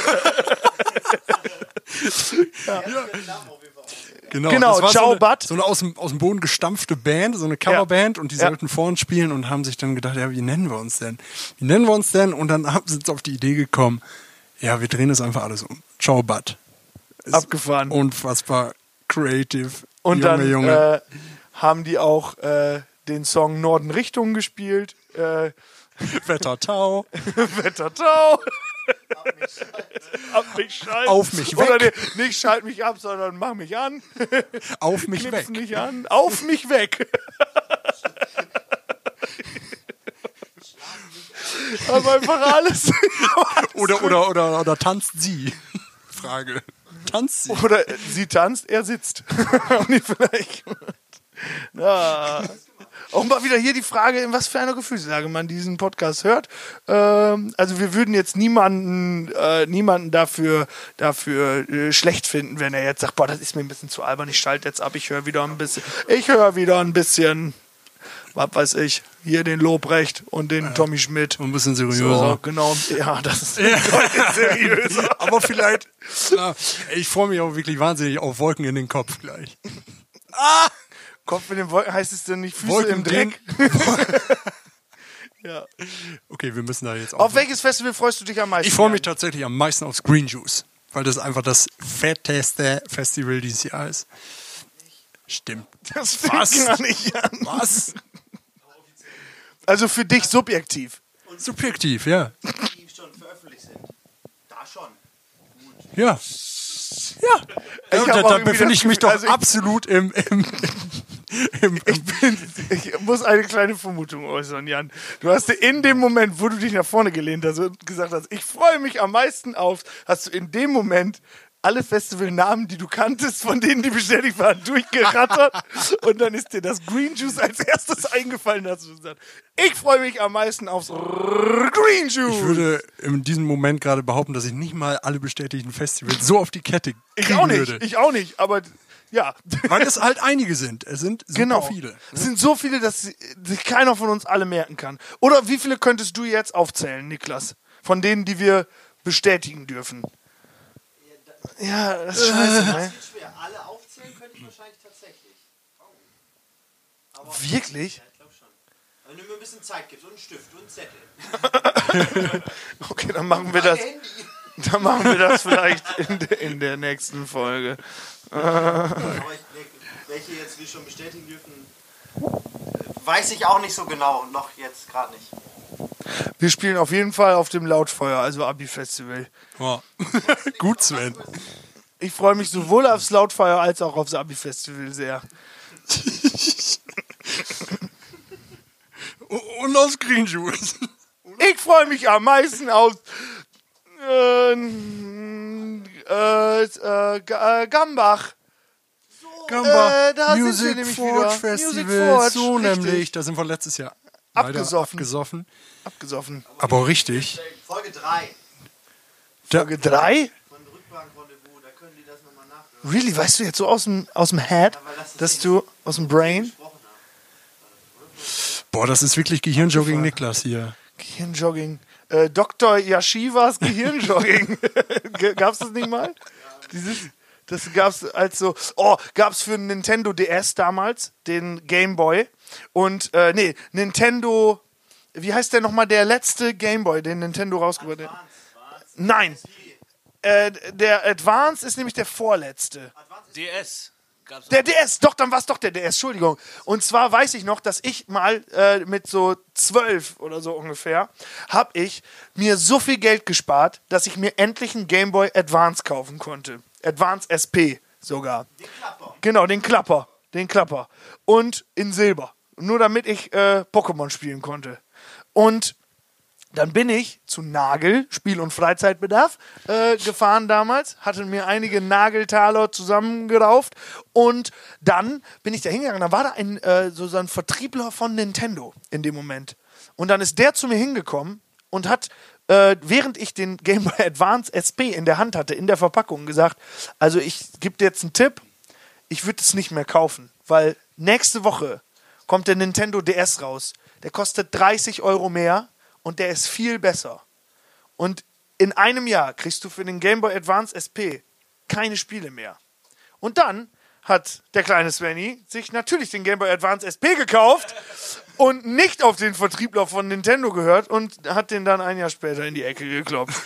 Genau, Genau, das war Ciao, so eine, Bud. so eine aus dem Boden gestampfte Band, so eine Coverband und die sollten vorn spielen und haben sich dann gedacht, ja, wie nennen wir uns denn? Und dann sind sie auf die Idee gekommen, ja, wir drehen das einfach alles um. Ciao, Bud. Ist Abgefahren. unfassbar creative. Und Junge. dann haben die auch den Song Norden Richtung gespielt. Wetter Tau. Wettertau. Ab mich schalten. Auf mich weg. Oder nicht schalt mich ab, sondern mach mich an. Auf mich Knips weg. mich an. Auf mich weg. Aber einfach alles. Oder tanzt sie? Frage. Tanzt sie? Oder sie tanzt, er sitzt. Und die vielleicht. Ja. Auch mal wieder hier die Frage, in was für einer Gefühlslage man diesen Podcast hört. Also wir würden jetzt niemanden dafür schlecht finden, wenn er jetzt sagt, boah, das ist mir ein bisschen zu albern, ich schalte jetzt ab, ich höre wieder ein bisschen, was weiß ich, hier den Lobrecht und den Tommy Schmidt. Ein bisschen seriöser. So, genau, ja, das ist seriöser. Aber vielleicht, ich freue mich auch wirklich wahnsinnig auf Wolken in den Kopf gleich. Kopf in den Wolken, heißt es denn nicht Füße Wolken im Dreck? Ja. Okay, wir müssen da jetzt auch. Auf welches Festival freust du dich am meisten? Ich freue mich tatsächlich am meisten aufs Green Juice, weil das einfach das fetteste Festival dieses Jahr ist. Stimmt. Das fängt gar nicht an. Was? Also für dich subjektiv. Subjektiv, ja. Die schon veröffentlicht sind. Da schon. Ja. Ich hab Da auch irgendwie befinde das ich mich Gefühl- doch also absolut im Ich muss eine kleine Vermutung äußern, Jan. Du hast dir in dem Moment, wo du dich nach vorne gelehnt hast und gesagt hast, ich freue mich am meisten auf, hast du in dem Moment alle Festivalnamen, die du kanntest, von denen die bestätigt waren, durchgerattert. Und dann ist dir das Green Juice als erstes eingefallen, hast du gesagt, ich freue mich am meisten aufs Green Juice. Ich würde in diesem Moment gerade behaupten, dass ich nicht mal alle bestätigten Festivals so auf die Kette Ich kriegen auch nicht, würde. ich auch nicht, aber ja. Weil es halt einige sind. Es sind super Genau. viele. Es sind so viele, dass sich keiner von uns alle merken kann. Oder wie viele könntest du jetzt aufzählen, Niklas? Von denen, die wir bestätigen dürfen. Ja, das ist scheiße, ne? Schwer. Alle aufzählen könnte ich wahrscheinlich tatsächlich. Wirklich? Ja, ich glaube schon. Wenn du mir ein bisschen Zeit gibst und einen Stift und einen Zettel. Okay, dann machen wir das. Dann machen wir das vielleicht in der nächsten Folge. Aber welche jetzt wir schon bestätigen dürfen, weiß ich auch nicht so genau. Noch jetzt gerade nicht. Wir spielen auf jeden Fall auf dem Lautfeuer, also Abi-Festival. Ja. Gut, Sven. Ich freue mich sowohl aufs Lautfeuer als auch aufs Abi-Festival sehr. Und aus Green Juice. Ich freue mich am meisten auf Gambach. Gamba da sind wir Music nämlich Forge wieder. Festival. Music Forge, So richtig. nämlich. Da sind wir letztes Jahr leider Abgesoffen. abgesoffen. Abgesoffen. Aber richtig. Folge 3 Folge 3? von Rückbank-Rendezvous, da können die das nochmal nachhören. Really? Weißt du jetzt so aus dem Head, dass du aus dem Brain? Boah, das ist wirklich Gehirnjogging Niklas hier. Gehirnjogging. Dr. Yashivas Gehirnjogging. Gab's das nicht mal? Das gab's als so. Oh, gab's für Nintendo DS damals, den Game Boy. Und, Nintendo. Wie heißt der nochmal, der letzte Game Boy, den Nintendo rausgebracht hat? Nein. Der Advance ist nämlich der vorletzte. DS. Gab's Der DS, doch, dann war es doch der DS, Entschuldigung. Und zwar weiß ich noch, dass ich mal mit so 12 oder so ungefähr, habe ich mir so viel Geld gespart, dass ich mir endlich einen Game Boy Advance kaufen konnte. Advance SP sogar. Den Klapper. Genau, den Klapper. Und in Silber. Nur damit ich Pokémon spielen konnte. Und dann bin ich zu Nagel, Spiel- und Freizeitbedarf, gefahren damals, hatte mir einige Nageltaler zusammengerauft und dann bin ich da hingegangen. Da war da so ein Vertriebler von Nintendo in dem Moment. Und dann ist der zu mir hingekommen und hat, während ich den Game Boy Advance SP in der Hand hatte, in der Verpackung gesagt, also ich gebe dir jetzt einen Tipp, ich würde es nicht mehr kaufen, weil nächste Woche kommt der Nintendo DS raus. Der kostet 30 € mehr. Und der ist viel besser. Und in einem Jahr kriegst du für den Game Boy Advance SP keine Spiele mehr. Und dann hat der kleine Svenny sich natürlich den Game Boy Advance SP gekauft und nicht auf den Vertriebler von Nintendo gehört und hat den dann ein Jahr später in die Ecke geklopft.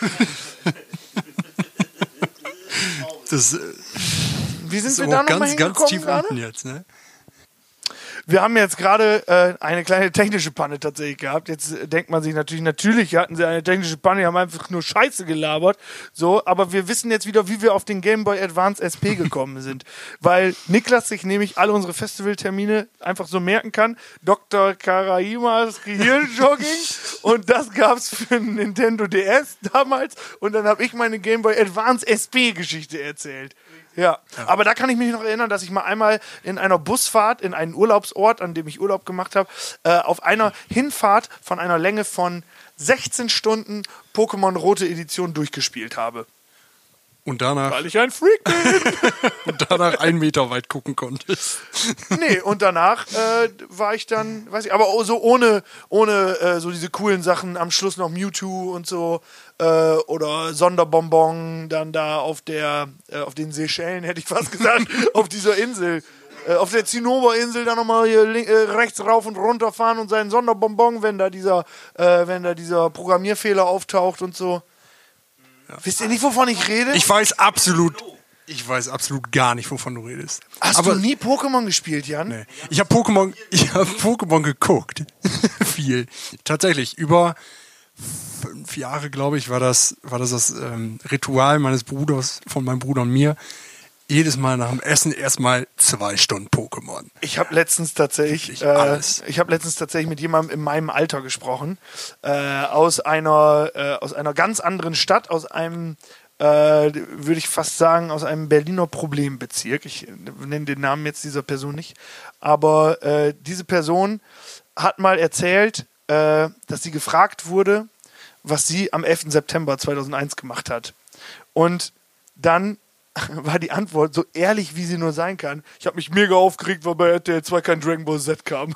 Das Wie sind ist wir aber da nochmal ganz hingekommen tief gerade? unten jetzt, ne? Wir haben jetzt gerade eine kleine technische Panne tatsächlich gehabt. Jetzt denkt man sich natürlich hatten sie eine technische Panne, die haben einfach nur Scheiße gelabert. So, aber wir wissen jetzt wieder, wie wir auf den Game Boy Advance SP gekommen sind. Weil Niklas sich nämlich alle unsere Festivaltermine einfach so merken kann. Dr. Karaimas Gehirnjogging und das gab's für den Nintendo DS damals und dann habe ich meine Game Boy Advance SP Geschichte erzählt. Ja, aber da kann ich mich noch erinnern, dass ich mal einmal in einer Busfahrt in einen Urlaubsort, an dem ich Urlaub gemacht habe, auf einer Hinfahrt von einer Länge von 16 Stunden Pokémon Rote Edition durchgespielt habe. Und danach, Weil ich ein Freak bin. und danach 1 Meter weit gucken konntest. Nee, und danach war ich dann, weiß ich, aber so ohne so diese coolen Sachen, am Schluss noch Mewtwo und so, oder Sonderbonbon dann da auf den Seychellen, hätte ich fast gesagt, auf dieser Insel. Auf der Zinnoberinsel dann nochmal hier rechts rauf und runter fahren und seinen Sonderbonbon, wenn da dieser Programmierfehler auftaucht und so. Ja. Wisst ihr nicht, wovon ich rede? Ich weiß absolut gar nicht, wovon du redest. Hast du nie Pokémon gespielt, Jan? Nee. Ich habe Pokémon geguckt. Viel. Tatsächlich. Über 5 Jahre, glaube ich, war das Ritual von meinem Bruder und mir. Jedes Mal nach dem Essen erstmal 2 Stunden Pokémon. Ich habe letztens tatsächlich mit jemandem in meinem Alter gesprochen, aus einer ganz anderen Stadt, aus einem, würde ich fast sagen, aus einem Berliner Problembezirk. Ich nenne den Namen jetzt dieser Person nicht, aber diese Person hat mal erzählt, dass sie gefragt wurde, was sie am 11. September 2001 gemacht hat. Und dann war die Antwort so ehrlich, wie sie nur sein kann. Ich habe mich mega aufgeregt, weil bei RTL 2 kein Dragon Ball Z kam.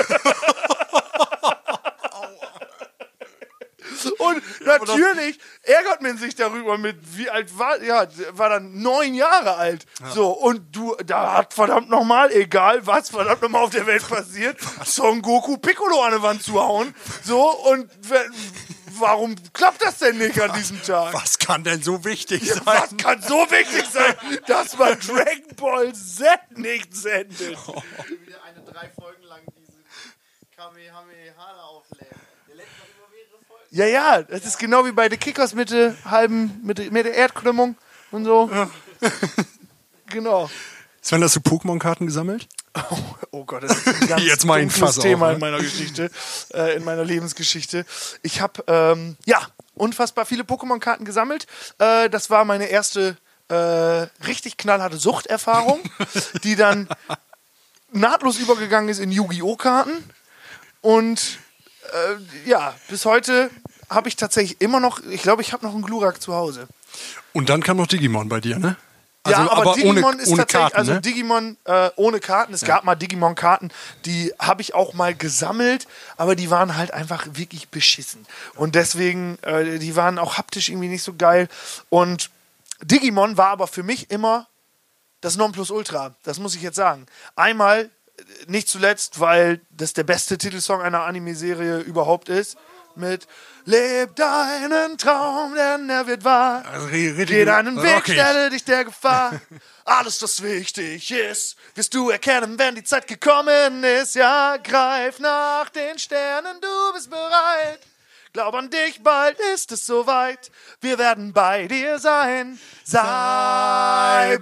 Und natürlich ärgert man sich darüber mit, wie alt war dann 9 Jahre alt. Ja. So, und da hat verdammt nochmal, egal was verdammt nochmal auf der Welt passiert, Son Goku Piccolo an die Wand zu hauen. So, und warum klappt das denn nicht an diesem Tag? Was kann denn so wichtig sein? Was kann so wichtig sein, dass man Dragon Ball Z nicht sendet? Wieder eine 3 Folgen lang diese Kamehameha auflädt. Der lädt noch über mehrere Folgen. Ja, das ist genau wie bei den Kickers mit der Erdkrümmung und so. Ja. Genau. Sven, hast du Pokémon-Karten gesammelt? Oh Gott, das ist ein ganz jetzt mal ein Fass Thema auf, in meiner Geschichte, in meiner Lebensgeschichte. Ich habe, unfassbar viele Pokémon-Karten gesammelt. Das war meine erste richtig knallharte Suchterfahrung, die dann nahtlos übergegangen ist in Yu-Gi-Oh! Karten. Und bis heute habe ich tatsächlich immer noch, ich glaube, ich habe noch einen Glurak zu Hause. Und dann kam noch Digimon bei dir, ne? Also, ja, aber Digimon ist tatsächlich, Karten, also ne? Digimon ohne Karten. Es gab mal Digimon-Karten, die habe ich auch mal gesammelt, aber die waren halt einfach wirklich beschissen. Und deswegen, die waren auch haptisch irgendwie nicht so geil. Und Digimon war aber für mich immer das Nonplusultra. Das muss ich jetzt sagen. Einmal, nicht zuletzt, weil das der beste Titelsong einer Anime-Serie überhaupt ist. Mit Leb deinen Traum, denn er wird wahr. Also, Geh deinen Weg, stelle dich der Gefahr. Alles, was wichtig ist, wirst du erkennen, wenn die Zeit gekommen ist. Ja, greif nach den Sternen, du bist bereit. Glaub an dich, bald ist es soweit. Wir werden bei dir sein. Sei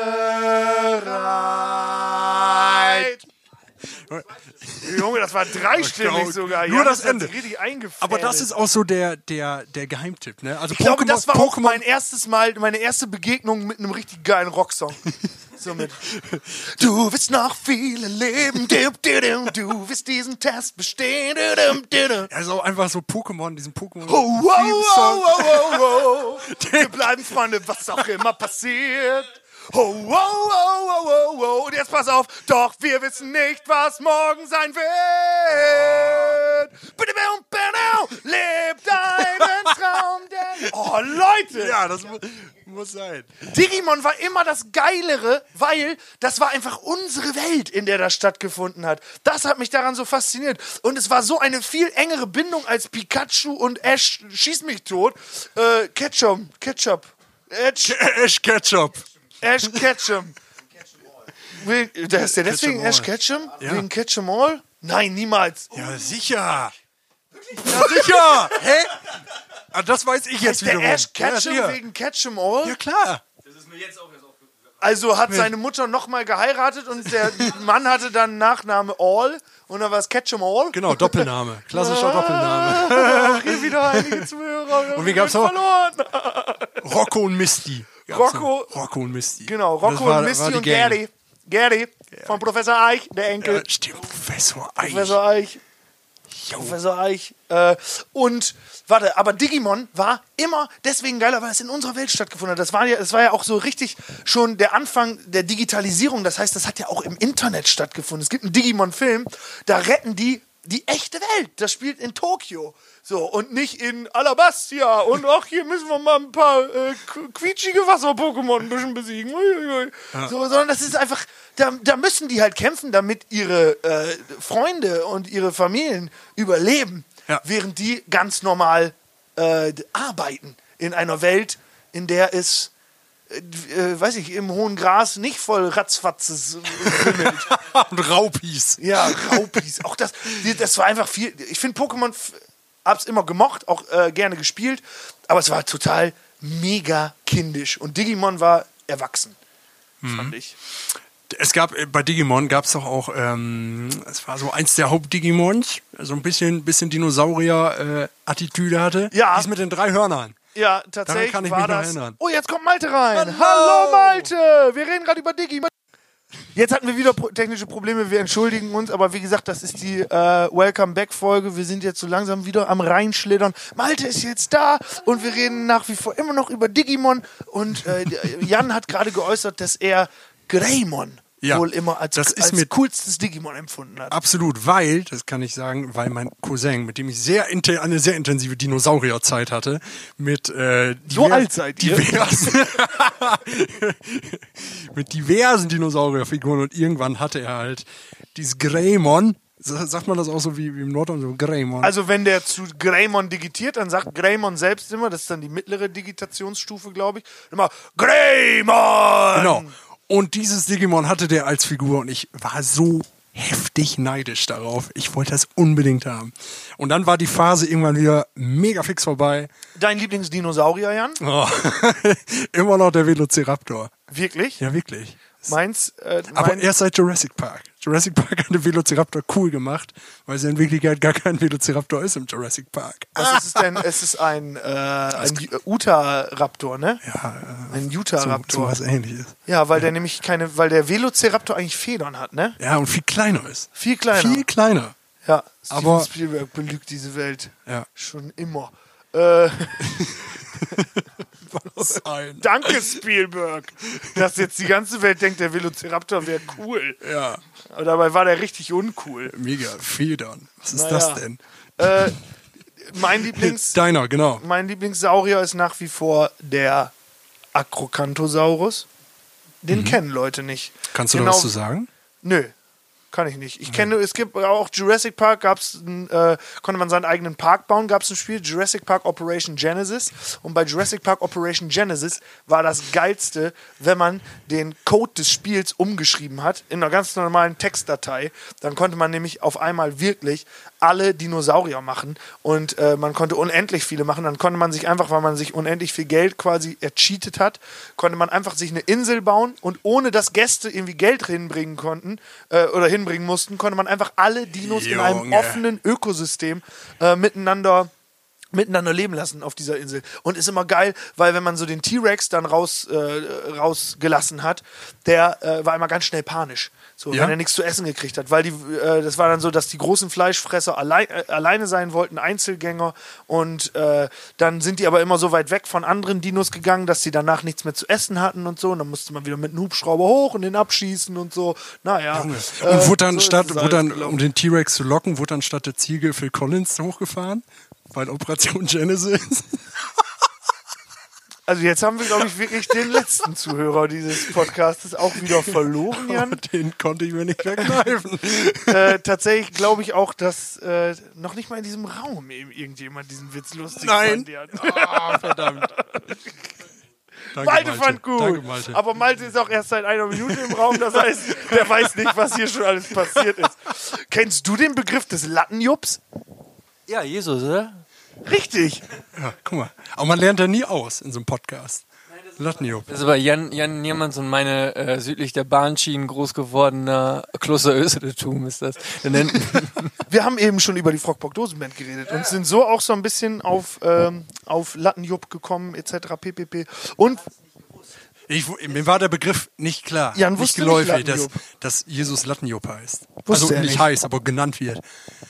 bereit. Junge, das war dreistimmig sogar. Nur das hat Ende. Richtig eingefädelt. Aber das ist auch so der Geheimtipp, ne? Also ich glaube, das war auch meine erste Begegnung mit einem richtig geilen Rocksong. So mit Du wirst noch viele leben, du wirst diesen Test bestehen. Also einfach so Pokémon, diesen Pokémon. Oh. Wir bleiben Freunde, was auch immer passiert. Oh. Und jetzt pass auf, doch wir wissen nicht, was morgen sein wird. Leb deinen Traum, denn... Oh, Leute! Ja, das muss sein. Digimon war immer das Geilere, weil das war einfach unsere Welt, in der das stattgefunden hat. Das hat mich daran so fasziniert. Und es war so eine viel engere Bindung als Pikachu und Ash schieß mich tot. Ash Ketchum. Der ist der deswegen 'em Ash All. Ketchum? Ja. Wegen Catch 'em All? Nein, niemals. Ja, sicher. Ja, sicher. Hä? Ah, das weiß ich jetzt Ist der wiederum. Ash Ketchum ja, sicher. wegen Catch 'em All? Ja, klar. Also hat seine Mutter nochmal geheiratet und der Mann hatte dann Nachname All und dann war es Catch 'em All. Genau, Doppelname. Klassischer Doppelname. Hier wieder einige Zuhörer. Und wie gab's noch? verloren? Rocco und Misty. Rocco und Misty. Genau, Das Rocco war- und Misty war die und Gang. Gary. Gary von Professor Eich, der Enkel. Ja, stimmt, Professor Eich. Professor Eich. Professor Eich. Und, warte, aber Digimon war immer deswegen geiler, weil es in unserer Welt stattgefunden hat. Das war ja auch so richtig schon der Anfang der Digitalisierung. Das heißt, das hat ja auch im Internet stattgefunden. Es gibt einen Digimon-Film, da retten die echte Welt. Das spielt in Tokio. So, und nicht in Alabastia. Und ach, hier müssen wir mal ein paar quietschige Wasser-Pokémon ein bisschen besiegen. Uiuiui. So, sondern das ist einfach, da müssen die halt kämpfen, damit ihre Freunde und ihre Familien überleben, Ja. während die ganz normal arbeiten. In einer Welt, in der es, weiß ich, im hohen Gras nicht voll Ratzfatzes wimmelt. Und Raupis. Ja, Raupis. Auch das war einfach viel. Ich finde Pokémon, hab's immer gemocht, auch gerne gespielt, aber es war total mega kindisch. Und Digimon war erwachsen, fand ich. Es gab, bei Digimon gab es doch auch, es war so eins der Haupt-Digimons, so ein bisschen Dinosaurier-Attitüde hatte. Ja. Dies mit den 3 Hörnern. Ja, tatsächlich kann ich war mich noch das. erinnern. Oh, jetzt kommt Malte rein. Hallo Malte! Wir reden gerade über Digimon. Jetzt hatten wir wieder technische Probleme, wir entschuldigen uns, aber wie gesagt, das ist die Welcome-Back-Folge. Wir sind jetzt so langsam wieder am Reinschlittern. Malte ist jetzt da und wir reden nach wie vor immer noch über Digimon. Und Jan hat gerade geäußert, dass er Greymon wohl immer als coolstes Digimon empfunden hat. Absolut, weil, das kann ich sagen, weil mein Cousin, mit dem ich eine sehr intensive Dinosaurierzeit hatte, mit alt seid ihr? mit diversen Dinosaurierfiguren und irgendwann hatte er halt dieses Greymon. Sagt man das auch so wie im Norden, so Greymon? Also wenn der zu Greymon digitiert, dann sagt Greymon selbst immer, das ist dann die mittlere Digitationsstufe, glaube ich, immer Greymon! Genau. Und dieses Digimon hatte der als Figur und ich war so heftig neidisch darauf. Ich wollte das unbedingt haben. Und dann war die Phase irgendwann wieder mega fix vorbei. Dein Lieblingsdinosaurier, Jan? Oh. Immer noch der Velociraptor. Wirklich? Ja, wirklich. Meins? Aber erst seit Jurassic Park. Jurassic Park hat den Velociraptor cool gemacht, weil es in Wirklichkeit gar kein Velociraptor ist im Jurassic Park. Was ist es denn? Es ist ein Utahraptor, ne? Ja, Ein so Utahraptor. was Ähnliches. Ja, weil der nämlich weil der Velociraptor eigentlich Federn hat, ne? Ja, und viel kleiner ist. Viel kleiner. Viel kleiner. Ja, Steven Aber- Spielberg belügt diese Welt. Ja. Schon immer. Was ein. Danke, Spielberg, dass jetzt die ganze Welt denkt, der Velociraptor wäre cool. Ja, Aber dabei war der richtig uncool. mega. Federn. Was ist Naja. das denn? Mein Deiner, genau. Lieblingssaurier ist nach wie vor der Acrocanthosaurus. Den kennen Leute nicht. Kannst du da was zu sagen? Nö, kann ich nicht. Ich kenne, es gibt auch Jurassic Park, konnte man seinen eigenen Park bauen, gab es ein Spiel, Jurassic Park Operation Genesis. Und bei Jurassic Park Operation Genesis war das Geilste, wenn man den Code des Spiels umgeschrieben hat, in einer ganz normalen Textdatei. Dann konnte man nämlich auf einmal wirklich alle Dinosaurier machen und man konnte unendlich viele machen. Dann konnte man sich einfach, weil man sich unendlich viel Geld quasi ercheatet hat, konnte man einfach sich eine Insel bauen und ohne dass Gäste irgendwie Geld hinbringen konnten oder hinbringen mussten, konnte man einfach alle Dinos in einem Junge. offenen Ökosystem miteinander leben lassen auf dieser Insel. Und ist immer geil, weil wenn man so den T-Rex dann rausgelassen hat, der war immer ganz schnell panisch. So, Ja? wenn er nichts zu essen gekriegt hat. Weil das war dann so, dass die großen Fleischfresser alleine sein wollten, Einzelgänger. Und dann sind die aber immer so weit weg von anderen Dinos gegangen, dass sie danach nichts mehr zu essen hatten und so. Und dann musste man wieder mit einem Hubschrauber hoch und den abschießen und so. Naja. Und wurde dann so ist es alles gelaufen. um den T-Rex zu locken, wurde dann statt der Ziege Phil Collins hochgefahren? Weil Operation Genesis. Also jetzt haben wir, glaube ich, wirklich den letzten Zuhörer dieses Podcastes auch wieder verloren, Jan. Den konnte ich mir nicht verkneifen. Tatsächlich glaube ich auch, dass noch nicht mal in diesem Raum irgendjemand diesen Witz lustig Nein. fand. Jan. Ah, verdammt. Danke, Malte fand gut. Danke, Malte. Aber Malte ist auch erst seit einer Minute im Raum, das heißt, der weiß nicht, was hier schon alles passiert ist. Kennst du den Begriff des Lattenjupps? Ja, Jesus, oder? Richtig. Ja, guck mal. Aber man lernt ja nie aus in so einem Podcast. Lattenjupp. Das ist aber Jan Niermanns und meine südlich der Bahnschienen groß gewordener Klosterösedetum ist das. Wir haben eben schon über die Frockbock Dosenband geredet und sind so auch so ein bisschen auf Lattenjupp gekommen, etc. ppp. Und Mir war der Begriff nicht klar. Jan nicht wusste geläufig, nicht Lattenjupp. dass Jesus Lattenjupp heißt. Wusste Also er nicht nicht. heißt, aber genannt wird.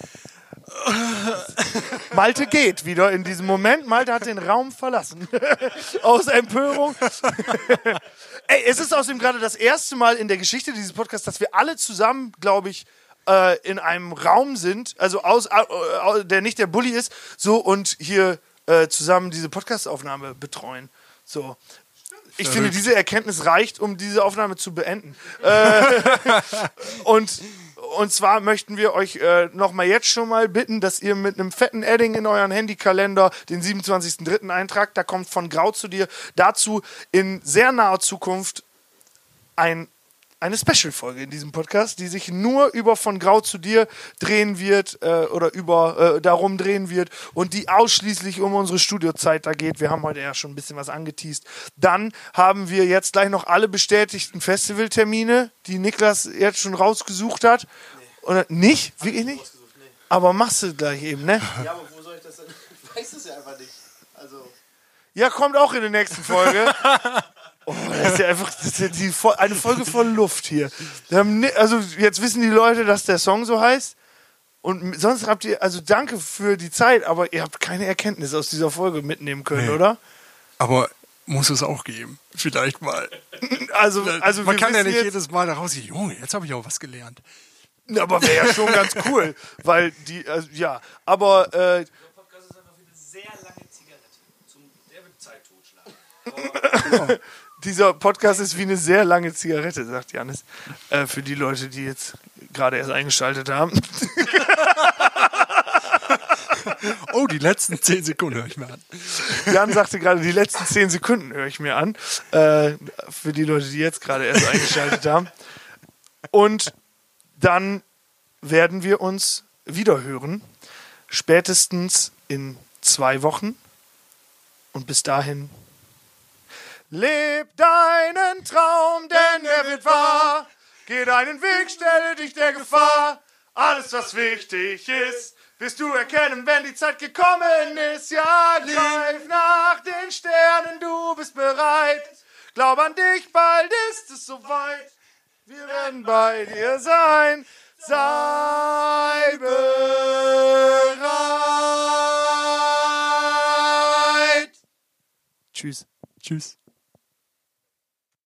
Malte geht wieder in diesem Moment. Malte hat den Raum verlassen. Aus Empörung. Ey, es ist außerdem gerade das erste Mal in der Geschichte dieses Podcasts, dass wir alle zusammen, glaube ich, in einem Raum sind, also der nicht der Bulli ist, so und hier zusammen diese Podcastaufnahme betreuen. So. Ich finde, diese Erkenntnis reicht, um diese Aufnahme zu beenden. Und zwar möchten wir euch nochmal jetzt schon mal bitten, dass ihr mit einem fetten Adding in euren Handykalender den 27.03. eintragt. Da kommt von Grau zu dir dazu in sehr naher Zukunft eine Special-Folge in diesem Podcast, die sich nur über von Grau zu dir drehen wird oder über darum drehen wird und die ausschließlich um unsere Studiozeit da geht. Wir haben heute ja schon ein bisschen was angeteast. Dann haben wir jetzt gleich noch alle bestätigten Festivaltermine, die Niklas jetzt schon rausgesucht hat. Oder nicht? Wirklich nicht? Aber machst du gleich eben, ne? Ja, aber wo soll ich das denn? Ich weiß es ja einfach nicht. Also. Ja, kommt auch in der nächsten Folge. Oh, das ist ja einfach eine Folge voll Luft hier. Also jetzt wissen die Leute, dass der Song so heißt. Und sonst habt ihr, also danke für die Zeit, aber ihr habt keine Erkenntnis aus dieser Folge mitnehmen können, Nee. oder? Aber muss es auch geben. Vielleicht mal. Also Man wir kann ja wissen nicht jetzt, jedes Mal da rausgehen, Junge, jetzt habe ich auch was gelernt. aber wäre ja schon ganz cool, weil die, ja, aber Podcast ist einfach wie eine sehr lange Zigarette. Der wird Zeit totschlagen. dieser Podcast ist wie eine sehr lange Zigarette, sagt Janis. Für die Leute, die jetzt gerade erst eingeschaltet haben. Oh, die letzten 10 Sekunden höre ich mir an. Jan sagte gerade, die letzten 10 Sekunden höre ich mir an. Für die Leute, die jetzt gerade erst eingeschaltet haben. Und dann werden wir uns wiederhören. Spätestens in 2 Wochen. Und bis dahin. Leb deinen Traum, denn er wird wahr. Geh deinen Weg, stelle dich der Gefahr. Alles, was wichtig ist, wirst du erkennen, wenn die Zeit gekommen ist. Ja, greif nach den Sternen, du bist bereit. Glaub an dich, bald ist es soweit. Wir werden bei dir sein. Sei bereit. Tschüss. Tschüss.